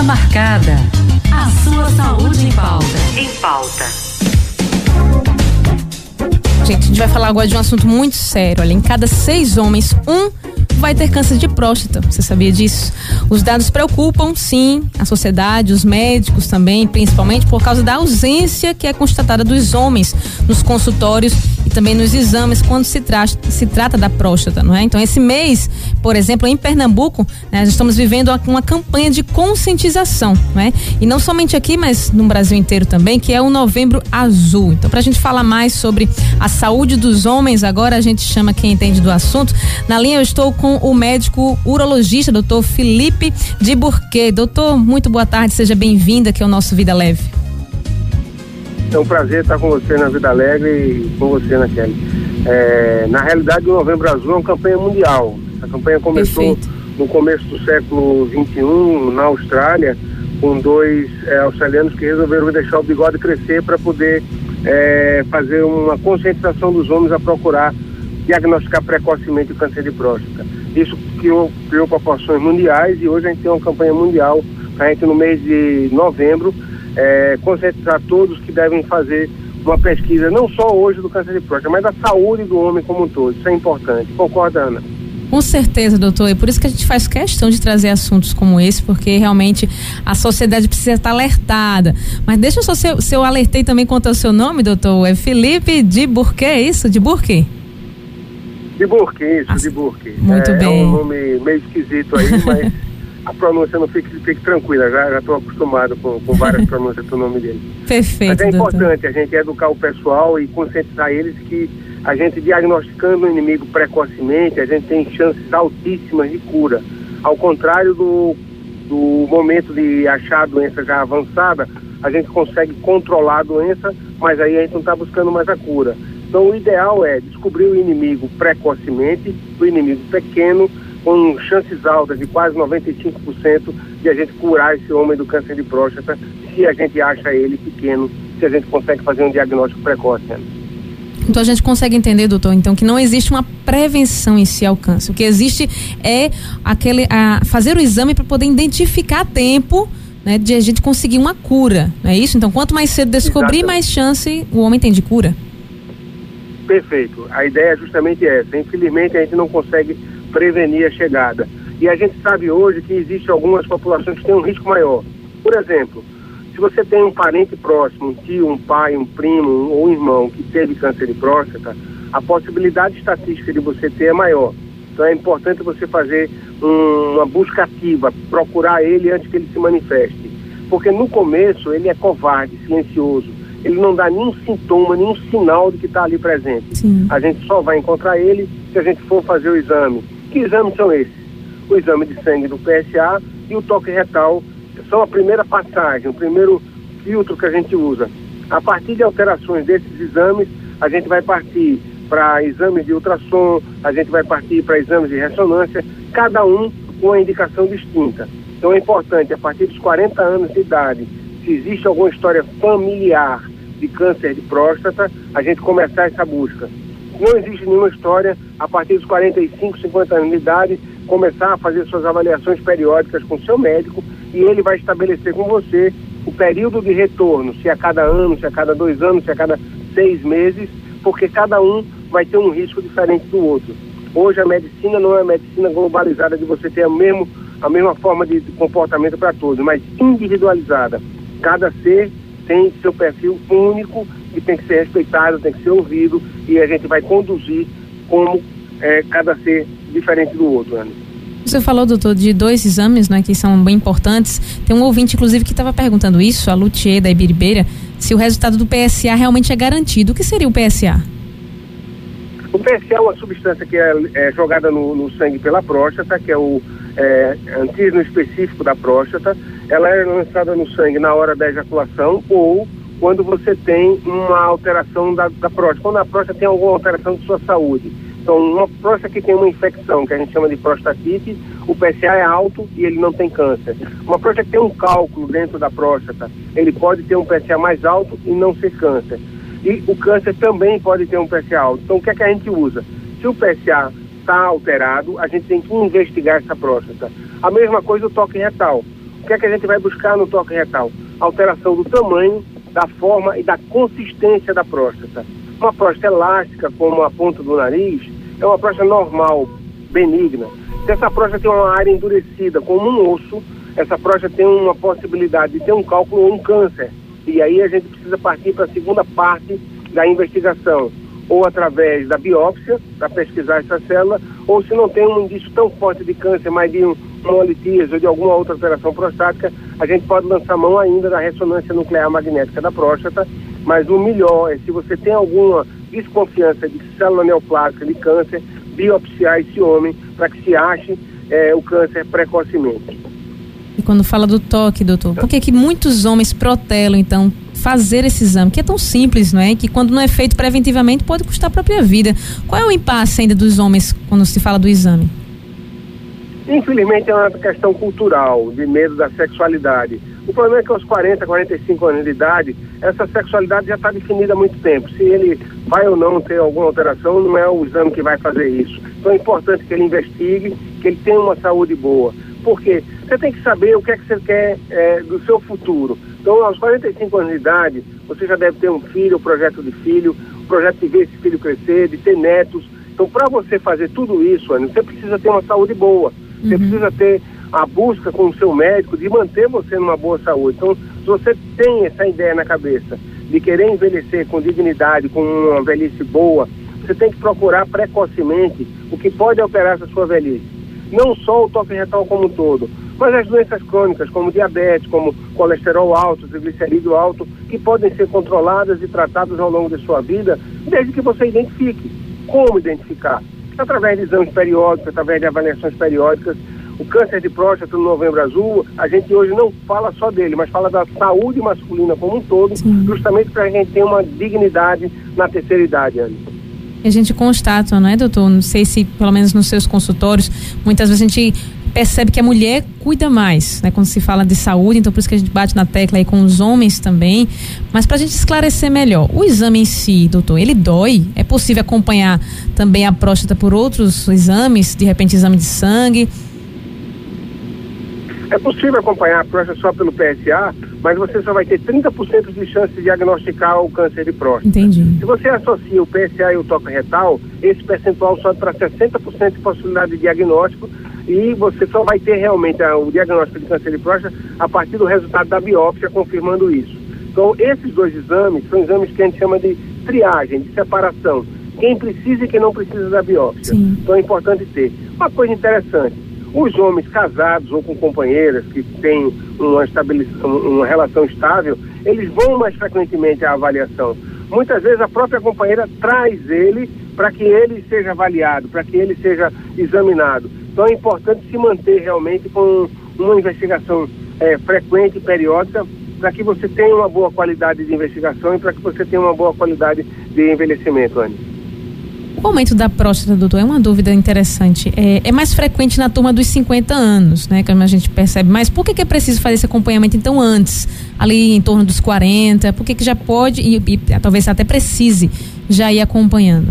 Marcada. A sua saúde em pauta. Em pauta. Gente, a gente vai falar agora de um assunto muito sério. Olha, em cada 6 homens, um vai ter câncer de próstata. Você sabia disso? Os dados preocupam, sim, a sociedade, os médicos também, principalmente por causa da ausência que é constatada dos homens nos consultórios e também nos exames quando se trata da próstata, não é? Então, esse mês, por exemplo, em Pernambuco, né, nós estamos vivendo uma campanha de conscientização, não é? E não somente aqui, mas no Brasil inteiro também, que é o Novembro Azul. Então, pra gente falar mais sobre a saúde dos homens, agora a gente chama quem entende do assunto. Na linha eu estou com o médico urologista, doutor Felipe de Burquet. Doutor, muito boa tarde, seja bem-vindo aqui ao nosso Vida Leve. É um prazer estar com você na Vida Alegre e com você na Kelly. Na realidade, o Novembro Azul é uma campanha mundial. A campanha começou no começo do século XXI, na Austrália, com 2 australianos que resolveram deixar o bigode crescer para poder fazer uma conscientização dos homens a procurar diagnosticar precocemente o câncer de próstata. Isso criou proporções mundiais e hoje a gente tem uma campanha mundial para a gente, no mês de novembro, conscientizar todos que devem fazer uma pesquisa, não só hoje do câncer de próstata, mas da saúde do homem como um todo. Isso é importante. Concorda, Ana? Com certeza, doutor, e por isso que a gente faz questão de trazer assuntos como esse, porque realmente a sociedade precisa estar alertada. Mas deixa eu só, se eu alertei também quanto ao seu nome, doutor, é Felipe de Burquet, é isso? De Burquet? De Burquet, isso, de Burquet. Muito bem. É um nome meio esquisito aí, mas a pronúncia não fique tranquila, já estou acostumado com várias pronúncias do nome dele. Perfeito, mas é importante, doutor, a gente educar o pessoal e conscientizar eles que a gente diagnosticando o inimigo precocemente, a gente tem chances altíssimas de cura. Ao contrário do momento de achar a doença já avançada, a gente consegue controlar a doença, mas aí a gente não está buscando mais a cura. Então o ideal é descobrir o inimigo precocemente, o inimigo pequeno, com chances altas de quase 95% de a gente curar esse homem do câncer de próstata, se a gente acha ele pequeno, se a gente consegue fazer um diagnóstico precoce. Né? Então a gente consegue entender, doutor, então, que não existe uma prevenção em si ao câncer. O que existe é fazer o exame para poder identificar a tempo, né, de a gente conseguir uma cura, não é isso? Então, quanto mais cedo descobrir, mais chance o homem tem de cura. Perfeito. A ideia é justamente essa. Infelizmente, a gente não consegue prevenir a chegada. E a gente sabe hoje que existem algumas populações que têm um risco maior. Por exemplo, se você tem um parente próximo, um tio, um pai, um primo ou um irmão que teve câncer de próstata, a possibilidade estatística de você ter é maior. Então é importante você fazer uma busca ativa, procurar ele antes que ele se manifeste. Porque no começo ele é covarde, silencioso. Ele não dá nenhum sintoma, nenhum sinal de que está ali presente. Sim. A gente só vai encontrar ele se a gente for fazer o exame. Que exames são esses? O exame de sangue do PSA e o toque retal são a primeira passagem, o primeiro filtro que a gente usa. A partir de alterações desses exames, a gente vai partir para exames de ultrassom, a gente vai partir para exames de ressonância, cada um com uma indicação distinta. Então é importante, a partir dos 40 anos de idade, se existe alguma história familiar de câncer de próstata, a gente começar essa busca. Se não existe nenhuma história, a partir dos 45, 50 anos de idade, começar a fazer suas avaliações periódicas com o seu médico e ele vai estabelecer com você o período de retorno, se a cada ano, se a cada 2 anos, se a cada 6 meses, porque cada um vai ter um risco diferente do outro. Hoje a medicina não é a medicina globalizada de você ter a mesma forma de comportamento para todos, mas individualizada. Cada ser tem seu perfil único e tem que ser respeitado, tem que ser ouvido e a gente vai conduzir como cada ser diferente do outro, Ana. Você falou, doutor, de 2 exames, né, que são bem importantes. Tem um ouvinte, inclusive, que estava perguntando isso, a Luthier da Ibiribeira, se o resultado do PSA realmente é garantido. O que seria o PSA? O PSA é uma substância que é jogada no sangue pela próstata, que é o antígeno específico da próstata. Ela é lançada no sangue na hora da ejaculação ou quando você tem uma alteração da próstata, quando a próstata tem alguma alteração de sua saúde. Então, uma próstata que tem uma infecção, que a gente chama de prostatite, o PSA é alto e ele não tem câncer. Uma próstata que tem um cálculo dentro da próstata, ele pode ter um PSA mais alto e não ser câncer. E o câncer também pode ter um PSA alto. Então, o que é que a gente usa? Se o PSA está alterado, a gente tem que investigar essa próstata. A mesma coisa o toque retal. O que é que a gente vai buscar no toque retal? Alteração do tamanho, da forma e da consistência da próstata. Uma próstata elástica, como a ponta do nariz, é uma próstata normal, benigna. Se essa próstata tem uma área endurecida, como um osso, essa próstata tem uma possibilidade de ter um cálculo ou um câncer. E aí a gente precisa partir para a segunda parte da investigação, ou através da biópsia, para pesquisar essa célula, ou se não tem um indício tão forte de câncer, mas de uma litíase ou de alguma outra alteração prostática, a gente pode lançar mão ainda da ressonância nuclear magnética da próstata, mas o melhor é, se você tem alguma desconfiança de célula neoplásica de câncer, biopsiar esse homem para que se ache o câncer precocemente. E quando fala do toque, doutor, por que muitos homens protelam, então, fazer esse exame, que é tão simples, não é? Que quando não é feito preventivamente pode custar a própria vida. Qual é o impasse ainda dos homens quando se fala do exame? Infelizmente é uma questão cultural, de medo da sexualidade. O problema é que aos 40, 45 anos de idade, essa sexualidade já está definida há muito tempo. Se ele vai ou não ter alguma alteração, não é o exame que vai fazer isso. Então é importante que ele investigue, que ele tenha uma saúde boa. Por quê? Você tem que saber o que é que você quer do seu futuro. Então, aos 45 anos de idade, você já deve ter um filho, um projeto de filho, um projeto de ver esse filho crescer, de ter netos. Então, para você fazer tudo isso, Ana, você precisa ter uma saúde boa. Você precisa ter a busca com o seu médico de manter você numa boa saúde. Então, se você tem essa ideia na cabeça de querer envelhecer com dignidade, com uma velhice boa, você tem que procurar precocemente o que pode alterar essa sua velhice. Não só o toque retal como um todo, mas as doenças crônicas, como diabetes, como colesterol alto, triglicerídeo alto, que podem ser controladas e tratadas ao longo de sua vida, desde que você identifique. Como identificar? Através de exames periódicos, através de avaliações periódicas. O câncer de próstata no Novembro Azul, a gente hoje não fala só dele, mas fala da saúde masculina como um todo, justamente para a gente ter uma dignidade na terceira idade, Ana. A gente constata, não é, doutor? Não sei se, pelo menos nos seus consultórios, muitas vezes a gente percebe que a mulher cuida mais, né? Quando se fala de saúde, então por isso que a gente bate na tecla aí com os homens também. Mas para a gente esclarecer melhor, o exame em si, doutor, ele dói? É possível acompanhar também a próstata por outros exames, de repente exame de sangue? É possível acompanhar a próstata só pelo PSA, mas você só vai ter 30% de chance de diagnosticar o câncer de próstata. Entendi. Se você associa o PSA e o toque retal, esse percentual sobe para 60% de possibilidade de diagnóstico e você só vai ter realmente o diagnóstico de câncer de próstata a partir do resultado da biópsia confirmando isso. Então, esses dois exames são exames que a gente chama de triagem, de separação. Quem precisa e quem não precisa da biópsia. Sim. Então, é importante ter. Uma coisa interessante. Os homens casados ou com companheiras que têm uma relação estável, eles vão mais frequentemente à avaliação. Muitas vezes a própria companheira traz ele para que ele seja avaliado, para que ele seja examinado. Então é importante se manter realmente com uma investigação frequente e periódica para que você tenha uma boa qualidade de investigação e para que você tenha uma boa qualidade de envelhecimento, Anny. O aumento da próstata, doutor, é uma dúvida interessante. É mais frequente na turma dos 50 anos, né? Como a gente percebe. Mas por que é preciso fazer esse acompanhamento, então, antes? Ali em torno dos 40? Por que já pode e talvez até precise já ir acompanhando?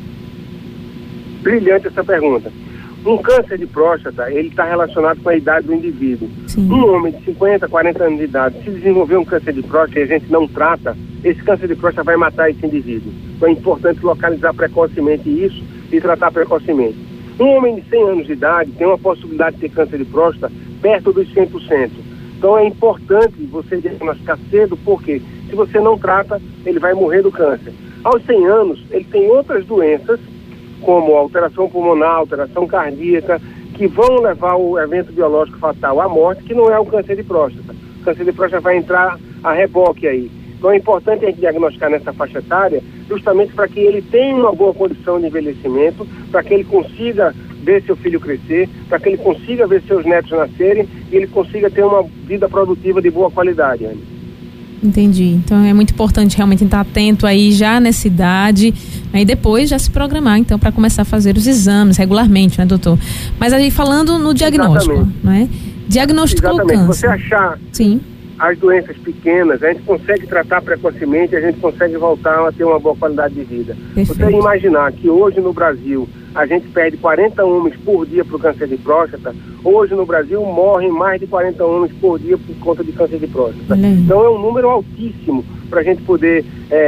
Brilhante essa pergunta. Um câncer de próstata, ele está relacionado com a idade do indivíduo. Sim. Um homem de 50, 40 anos de idade, se desenvolver um câncer de próstata e a gente não trata, esse câncer de próstata vai matar esse indivíduo. Então é importante localizar precocemente isso e tratar precocemente. Um homem de 100 anos de idade tem uma possibilidade de ter câncer de próstata perto dos 100%. Então é importante você diagnosticar cedo, porque se você não trata, ele vai morrer do câncer. Aos 100 anos, ele tem outras doenças, como alteração pulmonar, alteração cardíaca, que vão levar o evento biológico fatal à morte, que não é o câncer de próstata. O câncer de próstata vai entrar a reboque aí. Então é importante a gente diagnosticar nessa faixa etária, justamente para que ele tenha uma boa condição de envelhecimento, para que ele consiga ver seu filho crescer, para que ele consiga ver seus netos nascerem e ele consiga ter uma vida produtiva de boa qualidade, Anny. Entendi. Então é muito importante realmente estar atento aí já nessa idade, aí depois já se programar então para começar a fazer os exames regularmente, né, doutor? Mas aí falando no diagnóstico, não é? Diagnóstico do câncer. Você achar Sim. as doenças pequenas, a gente consegue tratar precocemente, a gente consegue voltar a ter uma boa qualidade de vida. Perfeito. Você imaginar que hoje no Brasil a gente perde 40 homens por dia para o câncer de próstata. Hoje no Brasil morrem mais de 40 homens por dia por conta de câncer de próstata. Então é um número altíssimo para a gente poder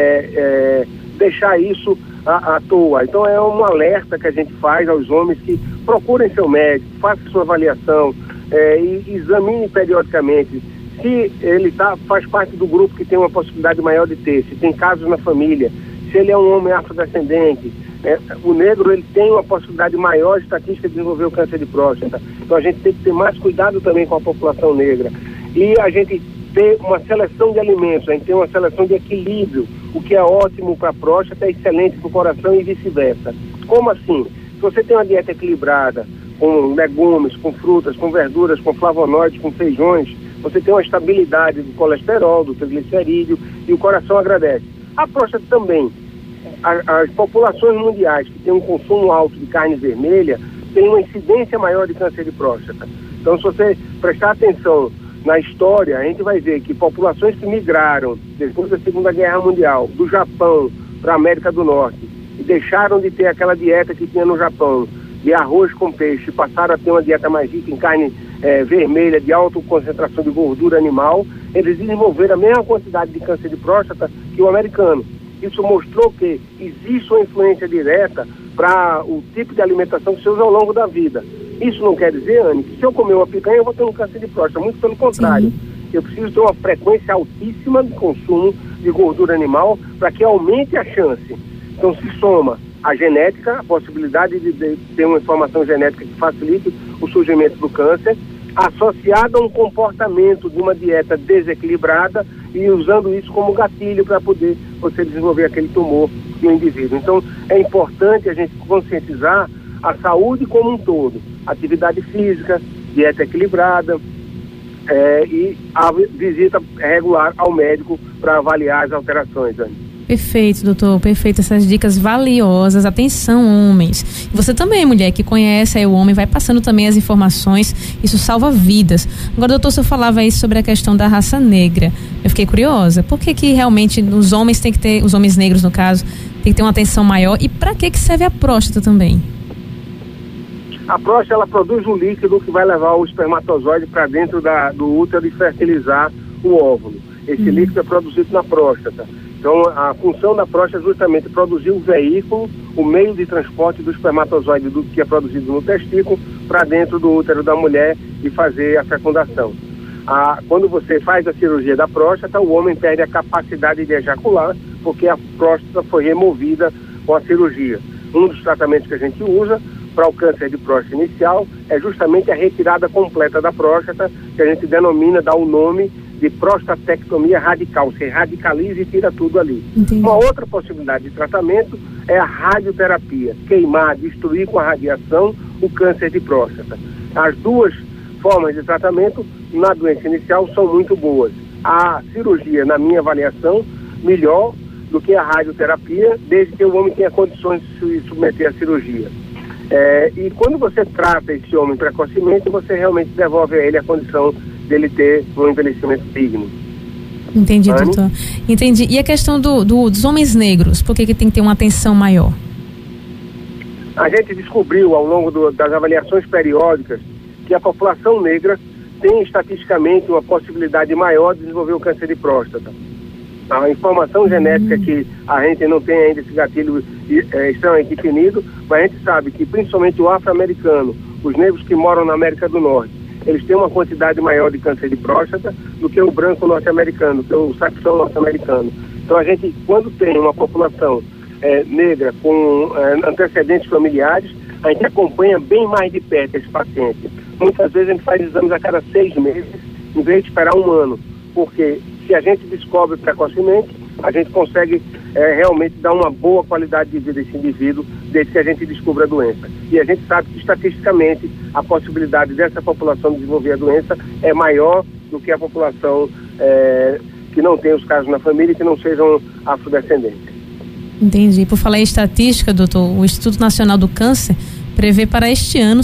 deixar isso à toa. Então é um alerta que a gente faz aos homens que procurem seu médico, façam sua avaliação e examine periodicamente se ele faz parte do grupo que tem uma possibilidade maior de ter, se tem casos na família, se ele é um homem afrodescendente. O negro ele tem uma possibilidade maior estatística de desenvolver o câncer de próstata. Então a gente tem que ter mais cuidado também com a população negra. E a gente ter uma seleção de alimentos, a gente tem uma seleção de equilíbrio. O que é ótimo para a próstata é excelente para o coração e vice-versa. Como assim? Se você tem uma dieta equilibrada, com legumes, com frutas, com verduras, com flavonoides, com feijões, você tem uma estabilidade do colesterol, do triglicerídeo, e o coração agradece. A próstata também. As populações mundiais que têm um consumo alto de carne vermelha têm uma incidência maior de câncer de próstata. Então, se você prestar atenção na história, a gente vai ver que populações que migraram depois da Segunda Guerra Mundial, do Japão para a América do Norte, e deixaram de ter aquela dieta que tinha no Japão, de arroz com peixe, passaram a ter uma dieta mais rica em carne vermelha, de alta concentração de gordura animal, eles desenvolveram a mesma quantidade de câncer de próstata que o americano. Isso mostrou que existe uma influência direta para o tipo de alimentação que se usa ao longo da vida. Isso não quer dizer, Anne, que se eu comer uma picanha eu vou ter um câncer de próstata. Muito pelo contrário. Sim. Eu preciso ter uma frequência altíssima de consumo de gordura animal para que aumente a chance. Então se soma a genética, a possibilidade de ter uma informação genética que facilite o surgimento do câncer, associada a um comportamento de uma dieta desequilibrada e usando isso como gatilho para poder você desenvolver aquele tumor no indivíduo. Então, é importante a gente conscientizar a saúde como um todo, atividade física, dieta equilibrada e a visita regular ao médico para avaliar as alterações, Anne. Perfeito, doutor, perfeito, essas dicas valiosas. Atenção, homens. Você também, mulher, que conhece aí o homem, vai passando também as informações, isso salva vidas. Agora, doutor, o senhor falava aí sobre a questão da raça negra. Eu fiquei curiosa, por que realmente os homens tem que ter, os homens negros no caso, tem que ter uma atenção maior, e para que serve a próstata também? A próstata, ela produz um líquido que vai levar o espermatozoide para dentro do útero e fertilizar o óvulo. Esse líquido é produzido na próstata. Então, a função da próstata é justamente produzir o veículo, o meio de transporte do espermatozoide que é produzido no testículo para dentro do útero da mulher e fazer a fecundação. Quando você faz a cirurgia da próstata, o homem perde a capacidade de ejacular, porque a próstata foi removida com a cirurgia. Um dos tratamentos que a gente usa para o câncer de próstata inicial é justamente a retirada completa da próstata, que a gente denomina, dá o nome de prostatectomia radical. Você radicaliza e tira tudo ali. Entendi. Uma outra possibilidade de tratamento é a radioterapia, queimar, destruir com a radiação o câncer de próstata. As duas formas de tratamento na doença inicial são muito boas. A cirurgia, na minha avaliação, melhor do que a radioterapia, desde que o homem tenha condições de se submeter à cirurgia. E quando você trata esse homem precocemente, você realmente devolve a ele a condição dele ter um envelhecimento digno. Entendi, doutor. Entendi. E a questão dos homens negros, por que tem que ter uma atenção maior? A gente descobriu ao longo das avaliações periódicas que a população negra tem estatisticamente uma possibilidade maior de desenvolver o câncer de próstata. A informação genética que a gente não tem ainda esse gatilho extremamente definido, mas a gente sabe que principalmente o afro-americano, os negros que moram na América do Norte, eles têm uma quantidade maior de câncer de próstata do que o branco norte-americano, que é o saxão norte-americano. Então a gente, quando tem uma população negra com antecedentes familiares, a gente acompanha bem mais de perto esse paciente. Muitas vezes a gente faz exames a cada 6 meses, em vez de esperar 1 ano, porque se a gente descobre precocemente, a gente consegue realmente dar uma boa qualidade de vida a esse indivíduo desde que a gente descubra a doença. E a gente sabe que estatisticamente a possibilidade dessa população de desenvolver a doença é maior do que a população que não tem os casos na família e que não sejam afrodescendentes. Entendi. Por falar em estatística, doutor, o Instituto Nacional do Câncer prevê para este ano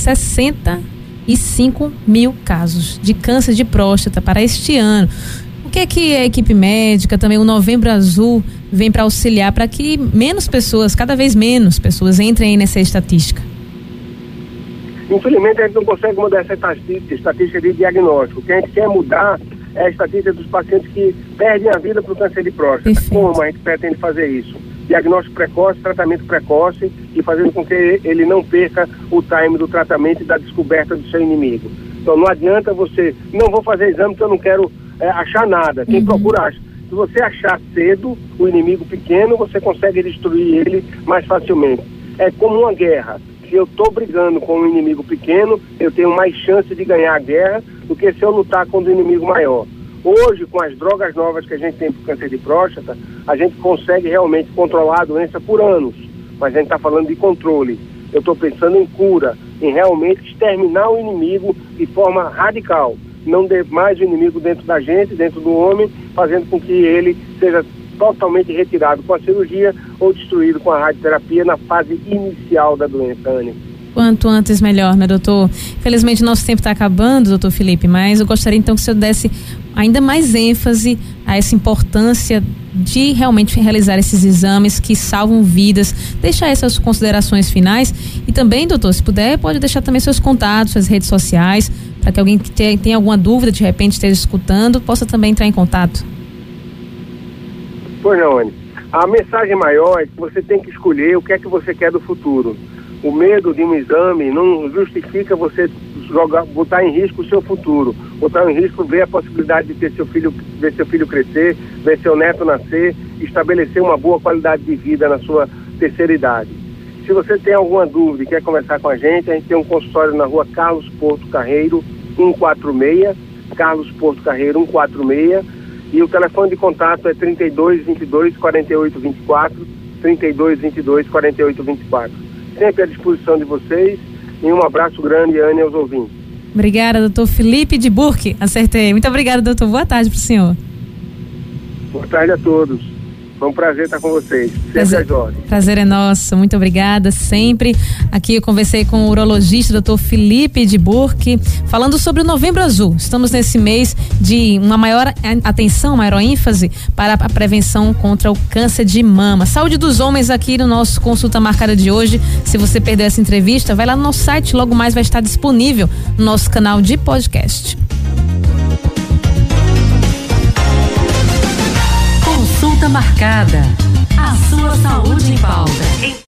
65 mil casos de câncer de próstata para este ano. que é que a equipe médica, também o Novembro Azul, vem para auxiliar para que menos pessoas, cada vez menos pessoas entrem aí nessa estatística? Infelizmente a gente não consegue mudar essa estatística de diagnóstico. O que a gente quer mudar é a estatística dos pacientes que perdem a vida por câncer de próstata. Perfeito. Como a gente pretende fazer isso? Diagnóstico precoce, tratamento precoce e fazendo com que ele não perca o time do tratamento e da descoberta do seu inimigo. Então não adianta você, não vou fazer exame porque eu não quero achar nada. Quem procura acha. Se você achar cedo o inimigo pequeno, você consegue destruir ele mais facilmente. É como uma guerra. Se eu estou brigando com um inimigo pequeno, eu tenho mais chance de ganhar a guerra do que se eu lutar contra um inimigo maior. Hoje, com as drogas novas que a gente tem para o câncer de próstata, a gente consegue realmente controlar a doença por anos. Mas a gente está falando de controle. Eu estou pensando em cura, em realmente exterminar o inimigo de forma radical. Não ter mais o inimigo dentro da gente, dentro do homem, fazendo com que ele seja totalmente retirado com a cirurgia ou destruído com a radioterapia na fase inicial da doença, Anny. Quanto antes melhor, né, doutor? Infelizmente nosso tempo está acabando, doutor Felipe, mas eu gostaria então que o senhor desse ainda mais ênfase a essa importância de realmente realizar esses exames que salvam vidas. Deixar essas considerações finais e também, doutor, se puder, pode deixar também seus contatos, suas redes sociais, para que alguém que tenha alguma dúvida, de repente esteja escutando, possa também entrar em contato. Pois não, Anny. A mensagem maior é que você tem que escolher o que é que você quer do futuro. O medo de um exame não justifica você botar em risco o seu futuro, botar em risco ver a possibilidade de ter ver seu filho crescer, ver seu neto nascer, estabelecer uma boa qualidade de vida na sua terceira idade. Se você tem alguma dúvida e quer conversar com a gente tem um consultório na rua Carlos Porto Carreiro 146, Carlos Porto Carreiro 146, e o telefone de contato é 3222 4824, 3222 4824. Sempre à disposição de vocês e um abraço grande, Anny, aos ouvintes. Obrigada, doutor Felipe de Burke. Acertei. Muito obrigada, doutor. Boa tarde para o senhor. Boa tarde a todos. Foi um prazer estar com vocês. Prazer é nosso. Muito obrigada. Sempre. Aqui eu conversei com o urologista, doutor Felipe de Burke, falando sobre o Novembro Azul. Estamos nesse mês de uma maior atenção, maior ênfase para a prevenção contra o câncer de mama. Saúde dos homens aqui no nosso Consulta Marcada de hoje. Se você perdeu essa entrevista, vai lá no nosso site. Logo mais vai estar disponível no nosso canal de podcast. Consulta Marcada. A sua saúde em pauta.